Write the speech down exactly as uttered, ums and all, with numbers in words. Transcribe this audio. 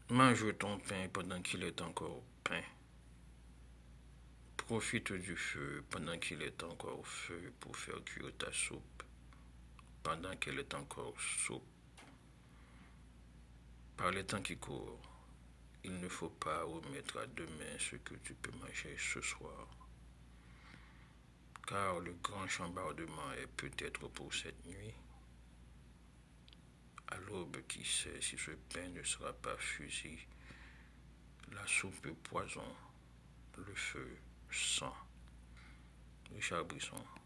Mange ton pain pendant qu'il est encore pain. Profite du feu pendant qu'il est encore feu pour faire cuire ta soupe, pendant qu'elle est encore soupe. Par les temps qui courent, il ne faut pas remettre à demain ce que tu peux manger ce soir, car le grand chambardement est peut-être pour cette nuit. À l'aube, qui sait si ce pain ne sera pas fusil, la soupe poison, le feu sang. Richard Brisson.